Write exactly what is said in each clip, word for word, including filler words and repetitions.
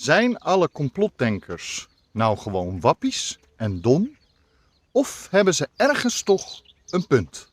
Zijn alle complotdenkers nou gewoon wappies en dom? Of hebben ze ergens toch een punt?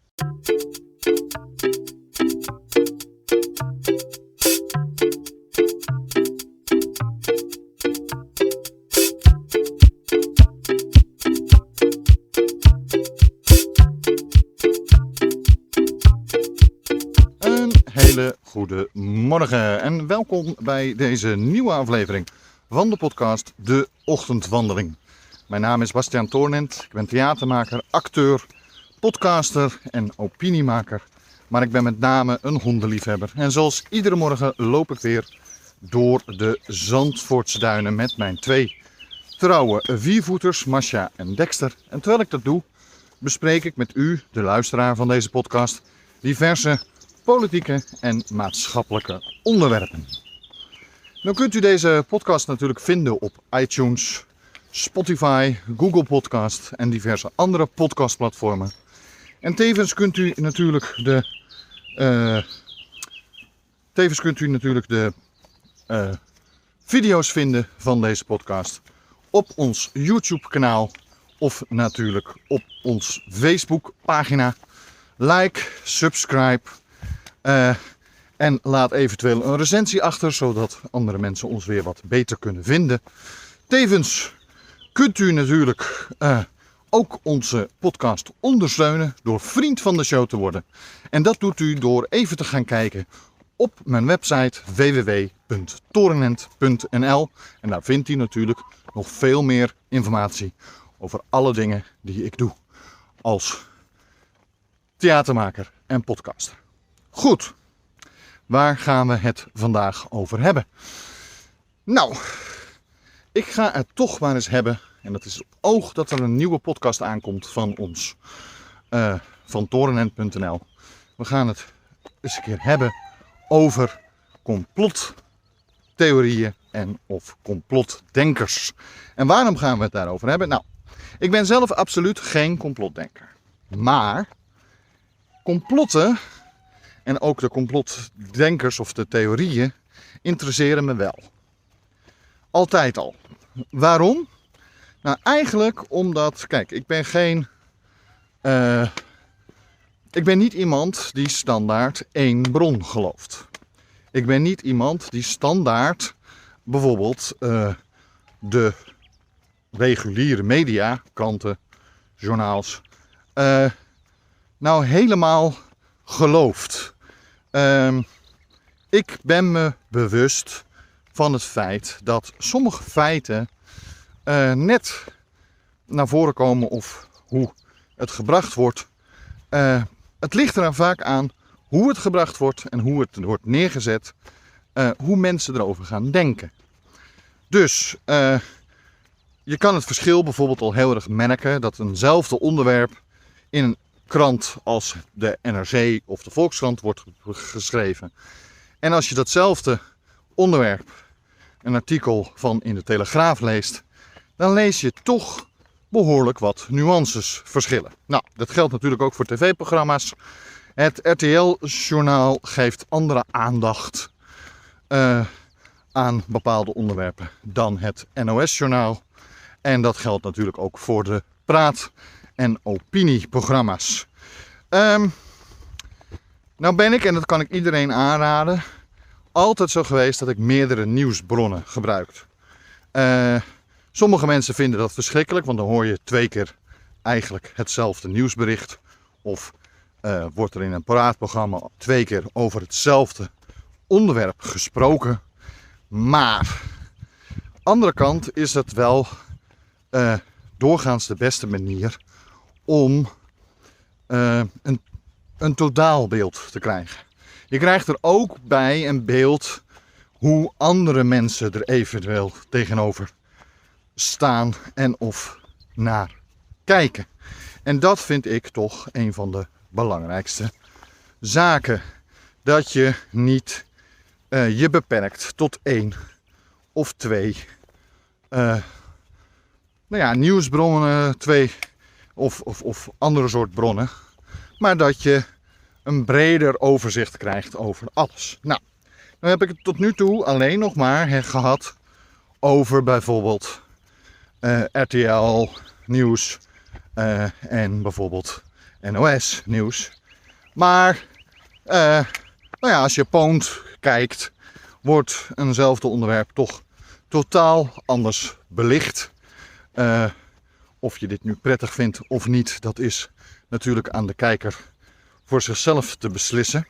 Een hele goede morgen en welkom bij deze nieuwe aflevering van de podcast De Ochtendwandeling. Mijn naam is Bastiaan Toornent, ik ben theatermaker, acteur, podcaster en opiniemaker. Maar ik ben met name een hondenliefhebber. En zoals iedere morgen loop ik weer door de Zandvoortse duinen met mijn twee trouwe viervoeters, Masha en Dexter. En terwijl ik dat doe, bespreek ik met u, de luisteraar van deze podcast, diverse politieke en maatschappelijke onderwerpen. Dan kunt u deze podcast natuurlijk vinden op iTunes, Spotify, Google Podcast en diverse andere podcastplatformen. En tevens kunt u natuurlijk de, uh, tevens kunt u natuurlijk de uh, video's vinden van deze podcast op ons YouTube kanaal of natuurlijk op ons Facebook pagina. Like, subscribe uh, en laat eventueel een recensie achter, zodat andere mensen ons weer wat beter kunnen vinden. Tevens kunt u natuurlijk uh, ook onze podcast ondersteunen door vriend van de show te worden. En dat doet u door even te gaan kijken op mijn website w w w punt torenent punt n l. En daar vindt u natuurlijk nog veel meer informatie over alle dingen die ik doe als theatermaker en podcaster. Goed, waar gaan we het vandaag over hebben? Nou, ik ga het toch maar eens hebben, en dat is op oog dat er een nieuwe podcast aankomt van ons, uh, van torenent punt n l. We gaan het eens een keer hebben over complottheorieën en of complotdenkers. En waarom gaan we het daarover hebben? Nou, ik ben zelf absoluut geen complotdenker. Maar complotten en ook de complotdenkers of de theorieën interesseren me wel. Altijd al. Waarom? Nou, eigenlijk omdat, kijk, ik ben geen, uh, ik ben niet iemand die standaard één bron gelooft. Ik ben niet iemand die standaard bijvoorbeeld uh, de reguliere media, kranten, journaals, uh, nou helemaal gelooft. Uh, ik ben me bewust van het feit dat sommige feiten uh, net naar voren komen of hoe het gebracht wordt. Uh, het ligt er dan vaak aan hoe het gebracht wordt en hoe het wordt neergezet, uh, hoe mensen erover gaan denken. Dus uh, je kan het verschil bijvoorbeeld al heel erg merken dat eenzelfde onderwerp in een krant als de N R C of de Volkskrant wordt geschreven. En als je datzelfde onderwerp, een artikel van in de Telegraaf leest, dan lees je toch behoorlijk wat nuances verschillen. Nou, dat geldt natuurlijk ook voor tv-programma's. Het R T L-journaal geeft andere aandacht uh, aan bepaalde onderwerpen dan het N O S-journaal. En dat geldt natuurlijk ook voor de praat- en opinieprogramma's. Um, nou ben ik, en dat kan ik iedereen aanraden, altijd zo geweest dat ik meerdere nieuwsbronnen gebruik. Uh, sommige mensen vinden dat verschrikkelijk, want dan hoor je twee keer eigenlijk hetzelfde nieuwsbericht. Of uh, wordt er in een praatprogramma twee keer over hetzelfde onderwerp gesproken. Maar, aan de andere kant is het wel uh, doorgaans de beste manier om uh, een, een totaalbeeld te krijgen. Je krijgt er ook bij een beeld hoe andere mensen er eventueel tegenover staan en of naar kijken. En dat vind ik toch een van de belangrijkste zaken. Dat je niet uh, je beperkt tot één of twee uh, nou ja, nieuwsbronnen, twee of, of, of andere soort bronnen. Maar dat je een breder overzicht krijgt over alles. Nou, dan heb ik het tot nu toe alleen nog maar gehad over bijvoorbeeld uh, R T L nieuws uh, en bijvoorbeeld N O S nieuws. Maar uh, nou ja, als je Poont kijkt, wordt eenzelfde onderwerp toch totaal anders belicht. Uh, of je dit nu prettig vindt of niet, dat is natuurlijk aan de kijker voor zichzelf te beslissen.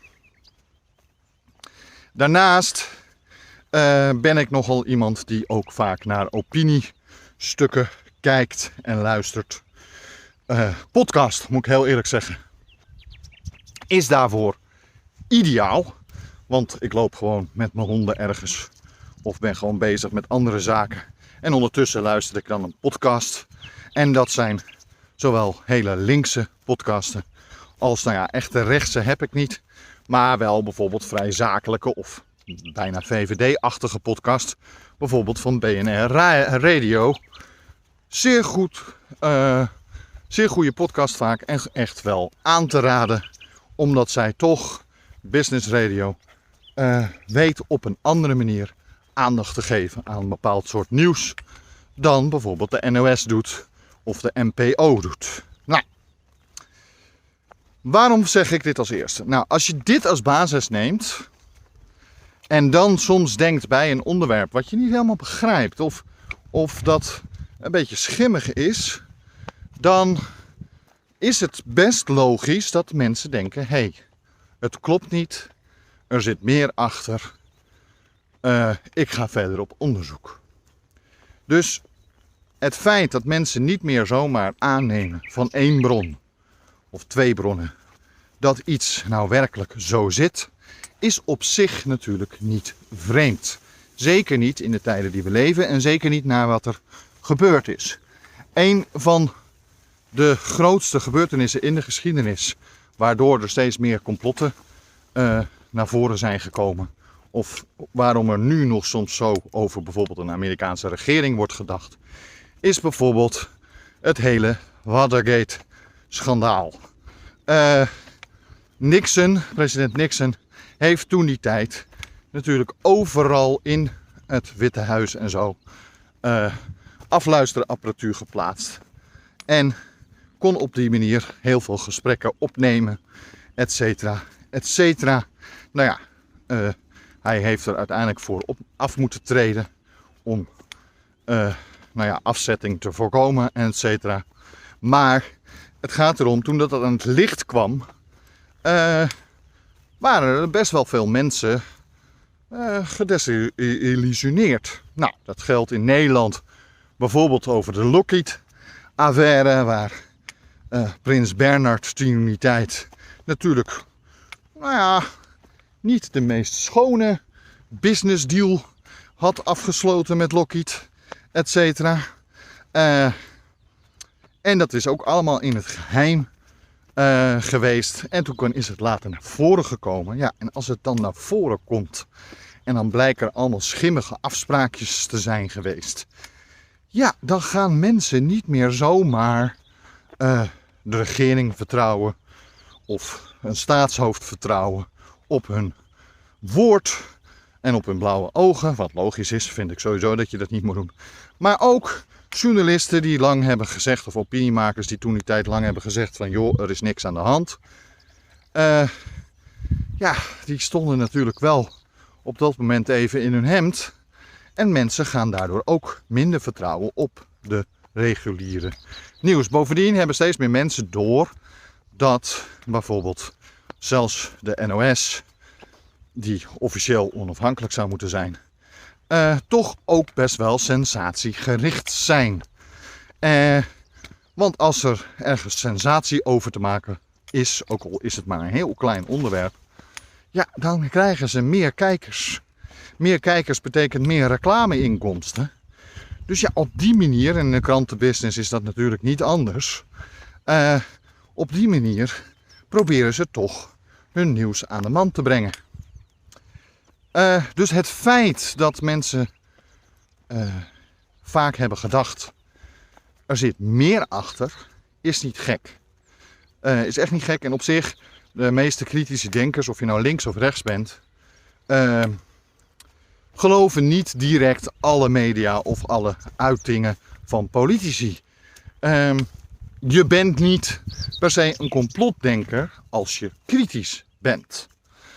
Daarnaast uh, ben ik nogal iemand die ook vaak naar opiniestukken kijkt en luistert. Uh, podcast, moet ik heel eerlijk zeggen, is daarvoor ideaal. Want ik loop gewoon met mijn honden ergens of ben gewoon bezig met andere zaken. En ondertussen luister ik dan een podcast. En dat zijn zowel hele linkse podcasten als nou ja, echte rechtse heb ik niet. Maar wel bijvoorbeeld vrij zakelijke of bijna V V D-achtige podcast. Bijvoorbeeld van B N R Radio. Zeer goed, uh, zeer goede podcast vaak en echt wel aan te raden. Omdat zij toch, business radio, uh, weet op een andere manier aandacht te geven aan een bepaald soort nieuws. Dan bijvoorbeeld de N O S doet of de N P O doet. Nou, waarom zeg ik dit als eerste? Nou, als je dit als basis neemt en dan soms denkt bij een onderwerp wat je niet helemaal begrijpt of, of dat een beetje schimmig is, dan is het best logisch dat mensen denken, hé, hey, het klopt niet, er zit meer achter, uh, ik ga verder op onderzoek. Dus het feit dat mensen niet meer zomaar aannemen van één bron of twee bronnen dat iets nou werkelijk zo zit, is op zich natuurlijk niet vreemd. Zeker niet in de tijden die we leven en zeker niet na wat er gebeurd is. Een van de grootste gebeurtenissen in de geschiedenis, waardoor er steeds meer complotten uh, naar voren zijn gekomen, of waarom er nu nog soms zo over bijvoorbeeld een Amerikaanse regering wordt gedacht, is bijvoorbeeld het hele Watergate-schandaal. Uh, Nixon, president Nixon, heeft toen die tijd natuurlijk overal in het Witte Huis en zo uh, afluisterapparatuur geplaatst. En kon op die manier heel veel gesprekken opnemen, et cetera, et cetera. Nou ja, uh, hij heeft er uiteindelijk voor op af moeten treden om uh, nou ja, afzetting te voorkomen, et cetera. Maar het gaat erom, toen dat aan het licht kwam, uh, waren er best wel veel mensen uh, gedesillusioneerd. Nou, dat geldt in Nederland bijvoorbeeld over de Lockheed-affaire, waar uh, prins Bernhard toen in die tijd natuurlijk, nou ja, niet de meest schone business deal had afgesloten met Lockheed, et cetera. Uh, en dat is ook allemaal in het geheim uh, geweest. En toen is het later naar voren gekomen. Ja, en als het dan naar voren komt en dan blijken er allemaal schimmige afspraakjes te zijn geweest, ja, dan gaan mensen niet meer zomaar uh, de regering vertrouwen of een staatshoofd vertrouwen op hun woord en op hun blauwe ogen. Wat logisch is, vind ik sowieso dat je dat niet moet doen. Maar ook journalisten die lang hebben gezegd, of opiniemakers die toen die tijd lang hebben gezegd van joh, er is niks aan de hand. Uh, ja, die stonden natuurlijk wel op dat moment even in hun hemd. En mensen gaan daardoor ook minder vertrouwen op de reguliere nieuws. Bovendien hebben steeds meer mensen door dat bijvoorbeeld zelfs de N O S, die officieel onafhankelijk zou moeten zijn, uh, toch ook best wel sensatiegericht zijn. Uh, want als er ergens sensatie over te maken is, ook al is het maar een heel klein onderwerp, ja, dan krijgen ze meer kijkers. Meer kijkers betekent meer reclameinkomsten. Dus ja, op die manier, en in de krantenbusiness is dat natuurlijk niet anders, uh, op die manier proberen ze toch hun nieuws aan de man te brengen. Uh, dus het feit dat mensen uh, vaak hebben gedacht, er zit meer achter, is niet gek. Uh, is echt niet gek. En op zich, de meeste kritische denkers, of je nou links of rechts bent, uh, geloven niet direct alle media of alle uitingen van politici. Um, je bent niet per se een complotdenker als je kritisch bent.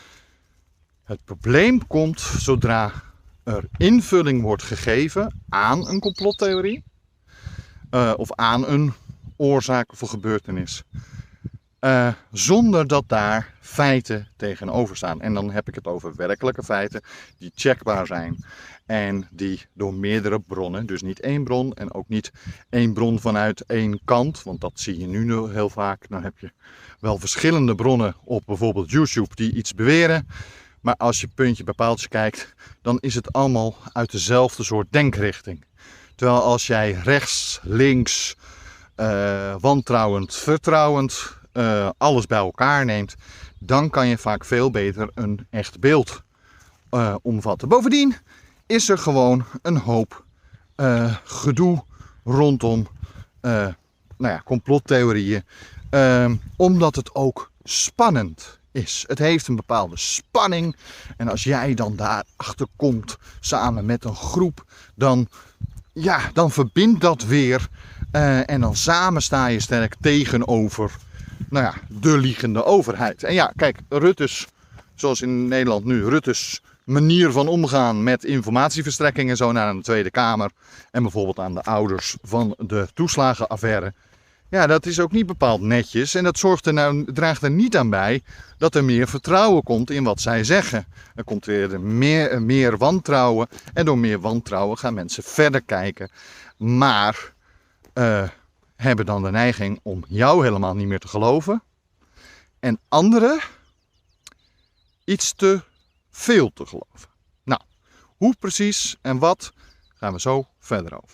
Het probleem komt zodra er invulling wordt gegeven aan een complottheorie uh, of aan een oorzaak of een gebeurtenis. Uh, zonder dat daar feiten tegenover staan. En dan heb ik het over werkelijke feiten die checkbaar zijn. En die door meerdere bronnen, dus niet één bron en ook niet één bron vanuit één kant. Want dat zie je nu heel vaak. Dan heb je wel verschillende bronnen op bijvoorbeeld YouTube die iets beweren. Maar als je puntje bij paaltje kijkt, dan is het allemaal uit dezelfde soort denkrichting. Terwijl als jij rechts, links, uh, wantrouwend, vertrouwend, uh, alles bij elkaar neemt, dan kan je vaak veel beter een echt beeld uh, omvatten. Bovendien is er gewoon een hoop uh, gedoe rondom uh, nou ja, complottheorieën, uh, omdat het ook spannend is. Het heeft een bepaalde spanning en als jij dan daarachter komt samen met een groep, dan, ja, dan verbindt dat weer uh, en dan samen sta je sterk tegenover nou ja, de liegende overheid. En ja, kijk, Rutte's, zoals in Nederland nu, Rutte's manier van omgaan met informatieverstrekking en zo naar de Tweede Kamer en bijvoorbeeld aan de ouders van de toeslagenaffaire. Ja, dat is ook niet bepaald netjes en dat zorgt er nou, draagt er niet aan bij dat er meer vertrouwen komt in wat zij zeggen. Er komt weer meer, meer wantrouwen en door meer wantrouwen gaan mensen verder kijken, maar uh, hebben dan de neiging om jou helemaal niet meer te geloven en anderen iets te veel te geloven. Nou, hoe precies en wat gaan we zo verder over.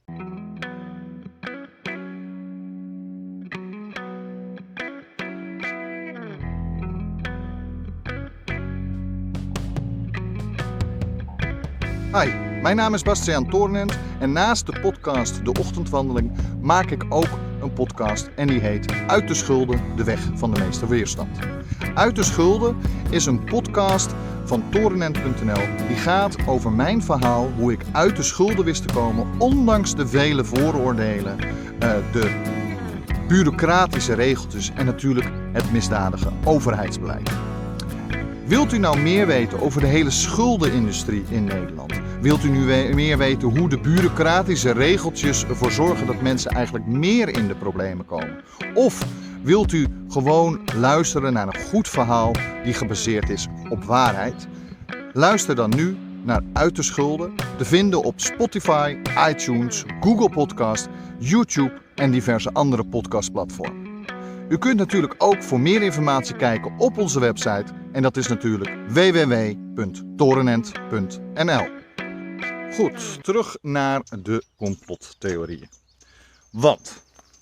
Hi, mijn naam is Bastiaan Toornent en naast de podcast De Ochtendwandeling maak ik ook een podcast en die heet Uit de Schulden, de weg van de meeste weerstand. Uit de Schulden is een podcast van torenent punt n l die gaat over mijn verhaal hoe ik uit de schulden wist te komen ondanks de vele vooroordelen, de bureaucratische regeltjes en natuurlijk het misdadige overheidsbeleid. Wilt u nou meer weten over de hele schuldenindustrie in Nederland? Wilt u nu we- meer weten hoe de bureaucratische regeltjes ervoor zorgen dat mensen eigenlijk meer in de problemen komen? Of wilt u gewoon luisteren naar een goed verhaal die gebaseerd is op waarheid? Luister dan nu naar Uit de Schulden, te vinden op Spotify, iTunes, Google Podcast, YouTube en diverse andere podcastplatformen. U kunt natuurlijk ook voor meer informatie kijken op onze website en dat is natuurlijk w w w punt torenent punt n l. Goed, terug naar de complottheorieën. Want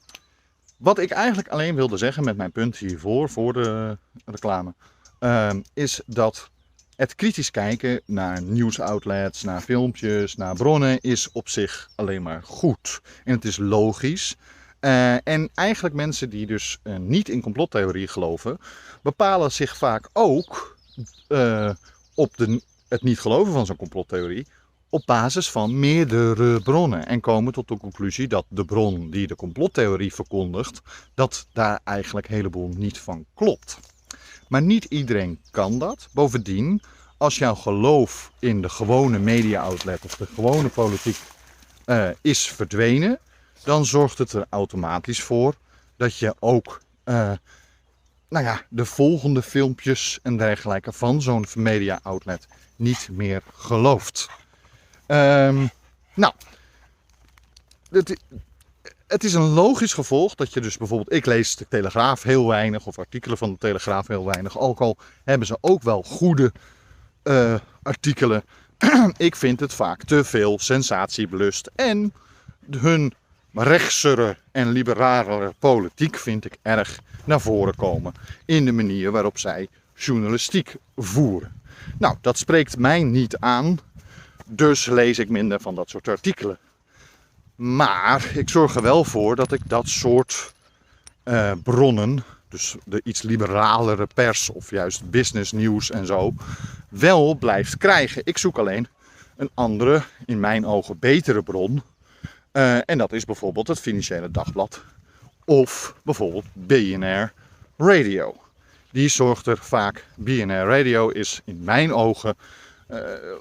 wat ik eigenlijk alleen wilde zeggen met mijn punt hiervoor, voor de reclame, uh, is dat het kritisch kijken naar nieuwsoutlets, naar filmpjes, naar bronnen is op zich alleen maar goed. En het is logisch. Uh, en eigenlijk mensen die dus uh, niet in complottheorie geloven, bepalen zich vaak ook uh, op de, het niet geloven van zo'n complottheorie op basis van meerdere bronnen. En komen tot de conclusie dat de bron die de complottheorie verkondigt, dat daar eigenlijk een heleboel niet van klopt. Maar niet iedereen kan dat. Bovendien, als jouw geloof in de gewone media-outlet of de gewone politiek uh, is verdwenen, dan zorgt het er automatisch voor dat je ook uh, nou ja, de volgende filmpjes en dergelijke van zo'n media-outlet niet meer gelooft. Um, nou, het, het is een logisch gevolg dat je dus bijvoorbeeld, ik lees de Telegraaf heel weinig of artikelen van de Telegraaf heel weinig, ook al hebben ze ook wel goede uh, artikelen. Ik vind het vaak te veel sensatiebelust en hun rechtsere en liberalere politiek vind ik erg naar voren komen in de manier waarop zij journalistiek voeren. Nou, dat spreekt mij niet aan, dus lees ik minder van dat soort artikelen. Maar ik zorg er wel voor dat ik dat soort uh, bronnen, dus de iets liberalere pers of juist business nieuws en zo, wel blijft krijgen. Ik zoek alleen een andere, in mijn ogen betere bron. Uh, en dat is bijvoorbeeld het Financiële Dagblad of bijvoorbeeld B N R Radio. Die zorgt er vaak, B N R Radio is in mijn ogen, uh,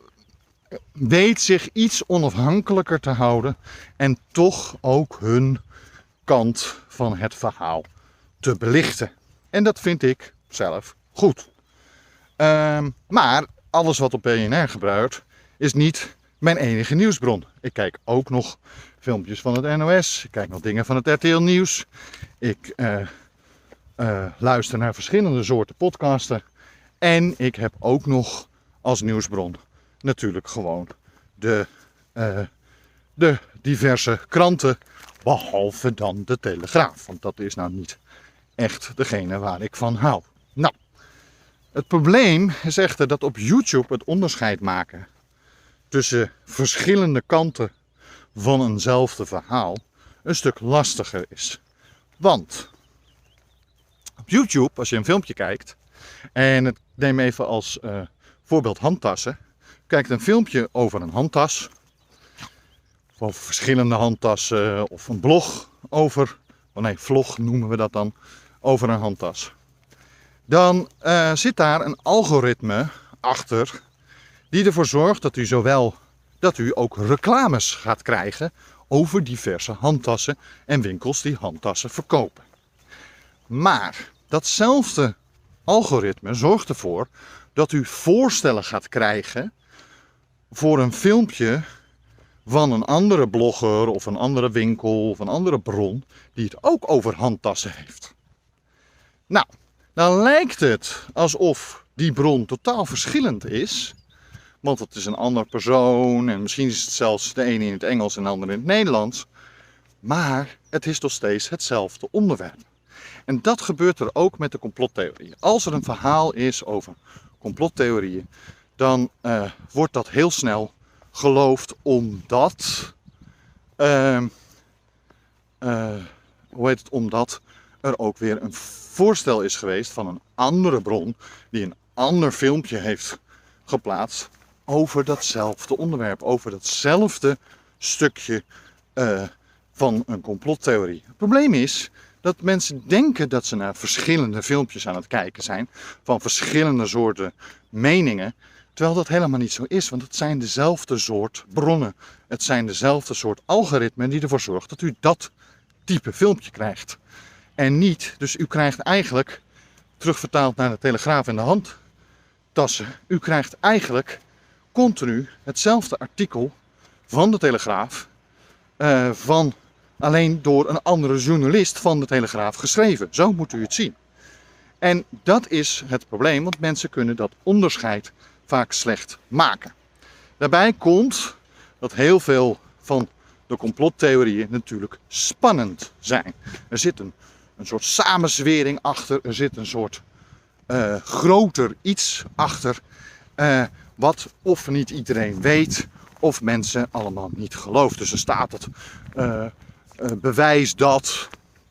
weet zich iets onafhankelijker te houden en toch ook hun kant van het verhaal te belichten. En dat vind ik zelf goed. Uh, maar alles wat op B N R gebruikt is niet mijn enige nieuwsbron. Ik kijk ook nog filmpjes van het N O S. Ik kijk nog dingen van het R T L Nieuws. Ik uh, uh, luister naar verschillende soorten podcasten. En ik heb ook nog als nieuwsbron natuurlijk gewoon de, uh, de diverse kranten. Behalve dan de Telegraaf. Want dat is nou niet echt degene waar ik van hou. Nou, het probleem is echter dat op YouTube het onderscheid maken tussen verschillende kanten van eenzelfde verhaal een stuk lastiger is. Want op YouTube, als je een filmpje kijkt, en ik neem even als uh, voorbeeld handtassen, kijkt een filmpje over een handtas, of over verschillende handtassen, of een blog over, oh nee, vlog noemen we dat dan, over een handtas. Dan uh, zit daar een algoritme achter die ervoor zorgt dat u zowel dat u ook reclames gaat krijgen over diverse handtassen en winkels die handtassen verkopen. Maar datzelfde algoritme zorgt ervoor dat u voorstellen gaat krijgen voor een filmpje van een andere blogger of een andere winkel of een andere bron die het ook over handtassen heeft. Nou, dan lijkt het alsof die bron totaal verschillend is. Want het is een ander persoon en misschien is het zelfs de ene in het Engels en de andere in het Nederlands. Maar het is nog steeds hetzelfde onderwerp. En dat gebeurt er ook met de complottheorieën. Als er een verhaal is over complottheorieën, dan uh, wordt dat heel snel geloofd omdat, uh, uh, hoe heet het, omdat er ook weer een voorstel is geweest van een andere bron die een ander filmpje heeft geplaatst over datzelfde onderwerp, over datzelfde stukje uh, van een complottheorie. Het probleem is dat mensen denken dat ze naar verschillende filmpjes aan het kijken zijn, van verschillende soorten meningen, terwijl dat helemaal niet zo is, want het zijn dezelfde soort bronnen. Het zijn dezelfde soort algoritmen die ervoor zorgen dat u dat type filmpje krijgt. En niet, dus u krijgt eigenlijk, terugvertaald naar de Telegraaf en de handtassen, u krijgt eigenlijk continu hetzelfde artikel van de Telegraaf, uh, van alleen door een andere journalist van de Telegraaf geschreven. Zo moet u het zien. En dat is het probleem, want mensen kunnen dat onderscheid vaak slecht maken. Daarbij komt dat heel veel van de complottheorieën natuurlijk spannend zijn. Er zit een, een soort samenzwering achter, er zit een soort uh, groter iets achter, uh, wat of niet iedereen weet, of mensen allemaal niet geloven. Dus er staat het uh, uh, bewijs dat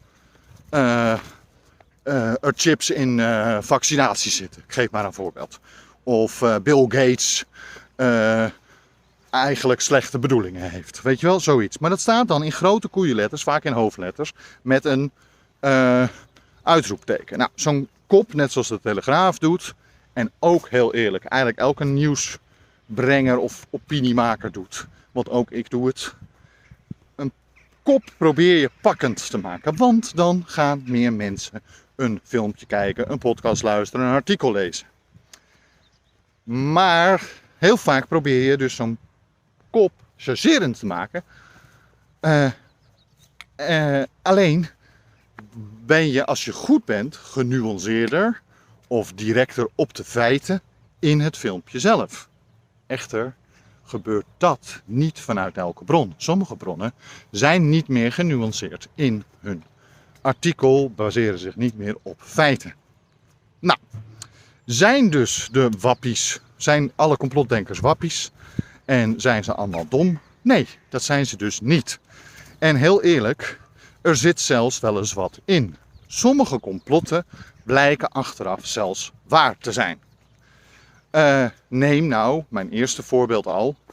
uh, uh, er chips in uh, vaccinaties zitten. Ik geef maar een voorbeeld. Of uh, Bill Gates uh, eigenlijk slechte bedoelingen heeft. Weet je wel, zoiets. Maar dat staat dan in grote koeienletters, vaak in hoofdletters, met een uh, uitroepteken. Nou, zo'n kop, net zoals de Telegraaf doet, en ook heel eerlijk, eigenlijk elke nieuwsbrenger of opiniemaker doet, want ook ik doe het. Een kop probeer je pakkend te maken, want dan gaan meer mensen een filmpje kijken, een podcast luisteren, een artikel lezen. Maar heel vaak probeer je dus zo'n kop chargerend te maken. Uh, uh, alleen ben je, als je goed bent, genuanceerder of directer op de feiten in het filmpje zelf. Echter gebeurt dat niet vanuit elke bron. Sommige bronnen zijn niet meer genuanceerd in hun artikel, baseren zich niet meer op feiten. Nou, zijn dus de wappies, zijn alle complotdenkers wappies en zijn ze allemaal dom? Nee, dat zijn ze dus niet. En heel eerlijk, er zit zelfs wel eens wat in. Sommige complotten blijken achteraf zelfs waar te zijn. Uh, neem nou, mijn eerste voorbeeld al,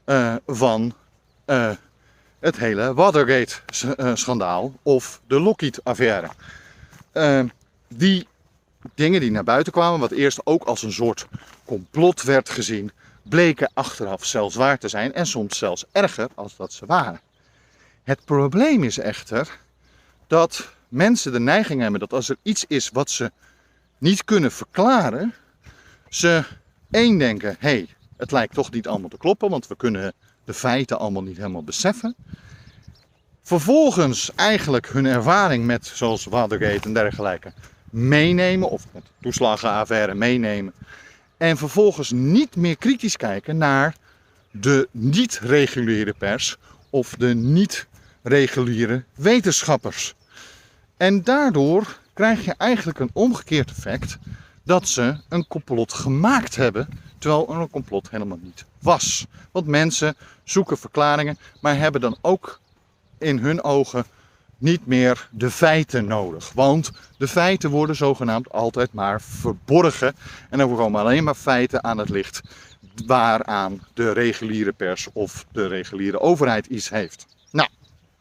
uh, van uh, het hele Watergate-schandaal of de Lockheed-affaire. Uh, die dingen die naar buiten kwamen, wat eerst ook als een soort complot werd gezien, bleken achteraf zelfs waar te zijn en soms zelfs erger als dat ze waren. Het probleem is echter dat mensen de neiging hebben dat als er iets is wat ze niet kunnen verklaren, ze één denken, hé, hey, het lijkt toch niet allemaal te kloppen, want we kunnen de feiten allemaal niet helemaal beseffen. Vervolgens eigenlijk hun ervaring met, zoals Watergate en dergelijke, meenemen, of met de toeslagenaffaire meenemen. En vervolgens niet meer kritisch kijken naar de niet-reguliere pers of de niet-reguliere wetenschappers. En daardoor krijg je eigenlijk een omgekeerd effect dat ze een complot gemaakt hebben, terwijl er een complot helemaal niet was. Want mensen zoeken verklaringen, maar hebben dan ook in hun ogen niet meer de feiten nodig. Want de feiten worden zogenaamd altijd maar verborgen. En dan komen alleen maar feiten aan het licht waaraan de reguliere pers of de reguliere overheid iets heeft. Nou,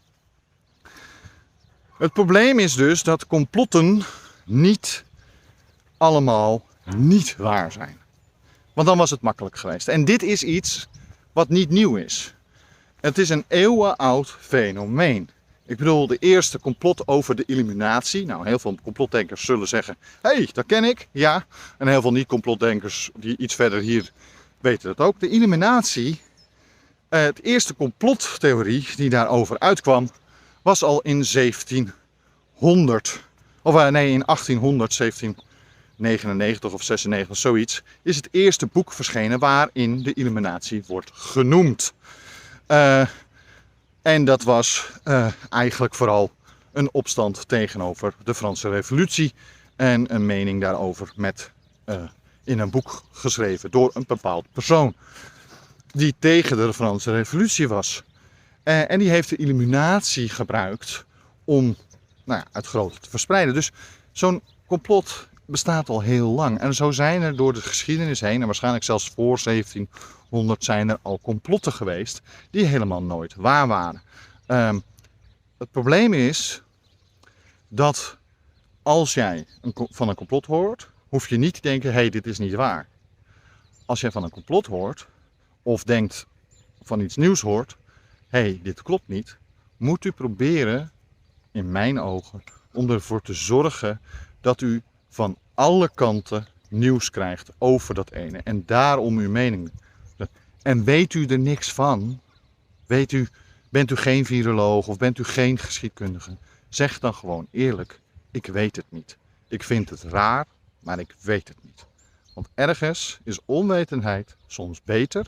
het probleem is dus dat complotten niet allemaal niet waar zijn. Want dan was het makkelijk geweest. En dit is iets wat niet nieuw is. Het is een eeuwenoud fenomeen. Ik bedoel, de eerste complot over de Illuminatie. Nou, heel veel complotdenkers zullen zeggen, hé, hey, dat ken ik. Ja, en heel veel niet-complotdenkers die iets verder hier weten dat ook. De Illuminatie, het eerste complottheorie die daarover uitkwam, was al in zeventienhonderd. Of nee, in achttienhonderd, zeventiennegenennegentig of zesennegentig, zoiets, is het eerste boek verschenen waarin de Illuminatie wordt genoemd. Uh, en dat was uh, eigenlijk vooral een opstand tegenover de Franse Revolutie en een mening daarover met, uh, in een boek geschreven door een bepaald persoon die tegen de Franse Revolutie was. Uh, en die heeft de Illuminatie gebruikt om nou ja, het grote te verspreiden. Dus zo'n complot bestaat al heel lang. En zo zijn er door de geschiedenis heen, en waarschijnlijk zelfs voor zeventienhonderd zijn er al complotten geweest die helemaal nooit waar waren. Um, het probleem is dat als jij een, van een complot hoort, hoef je niet te denken, hé, hey, dit is niet waar. Als jij van een complot hoort, of denkt van iets nieuws hoort, hé, hey, dit klopt niet, moet u proberen, in mijn ogen, om ervoor te zorgen dat u van alle kanten nieuws krijgt over dat ene. En daarom uw mening. En weet u er niks van? Weet u, bent u geen viroloog of bent u geen geschiedkundige? Zeg dan gewoon eerlijk, ik weet het niet. Ik vind het raar, maar ik weet het niet. Want ergens is onwetendheid soms beter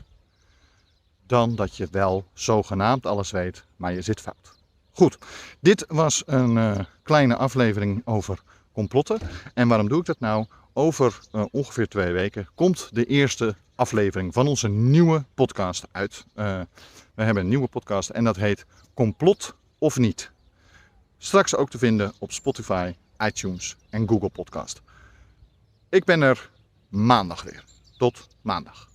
dan dat je wel zogenaamd alles weet, maar je zit fout. Goed, dit was een uh, kleine aflevering over complotten. En waarom doe ik dat nou? Over uh, ongeveer twee weken komt de eerste aflevering van onze nieuwe podcast uit. Uh, we hebben een nieuwe podcast en dat heet Complot of Niet. Straks ook te vinden op Spotify, iTunes en Google Podcast. Ik ben er maandag weer. Tot maandag.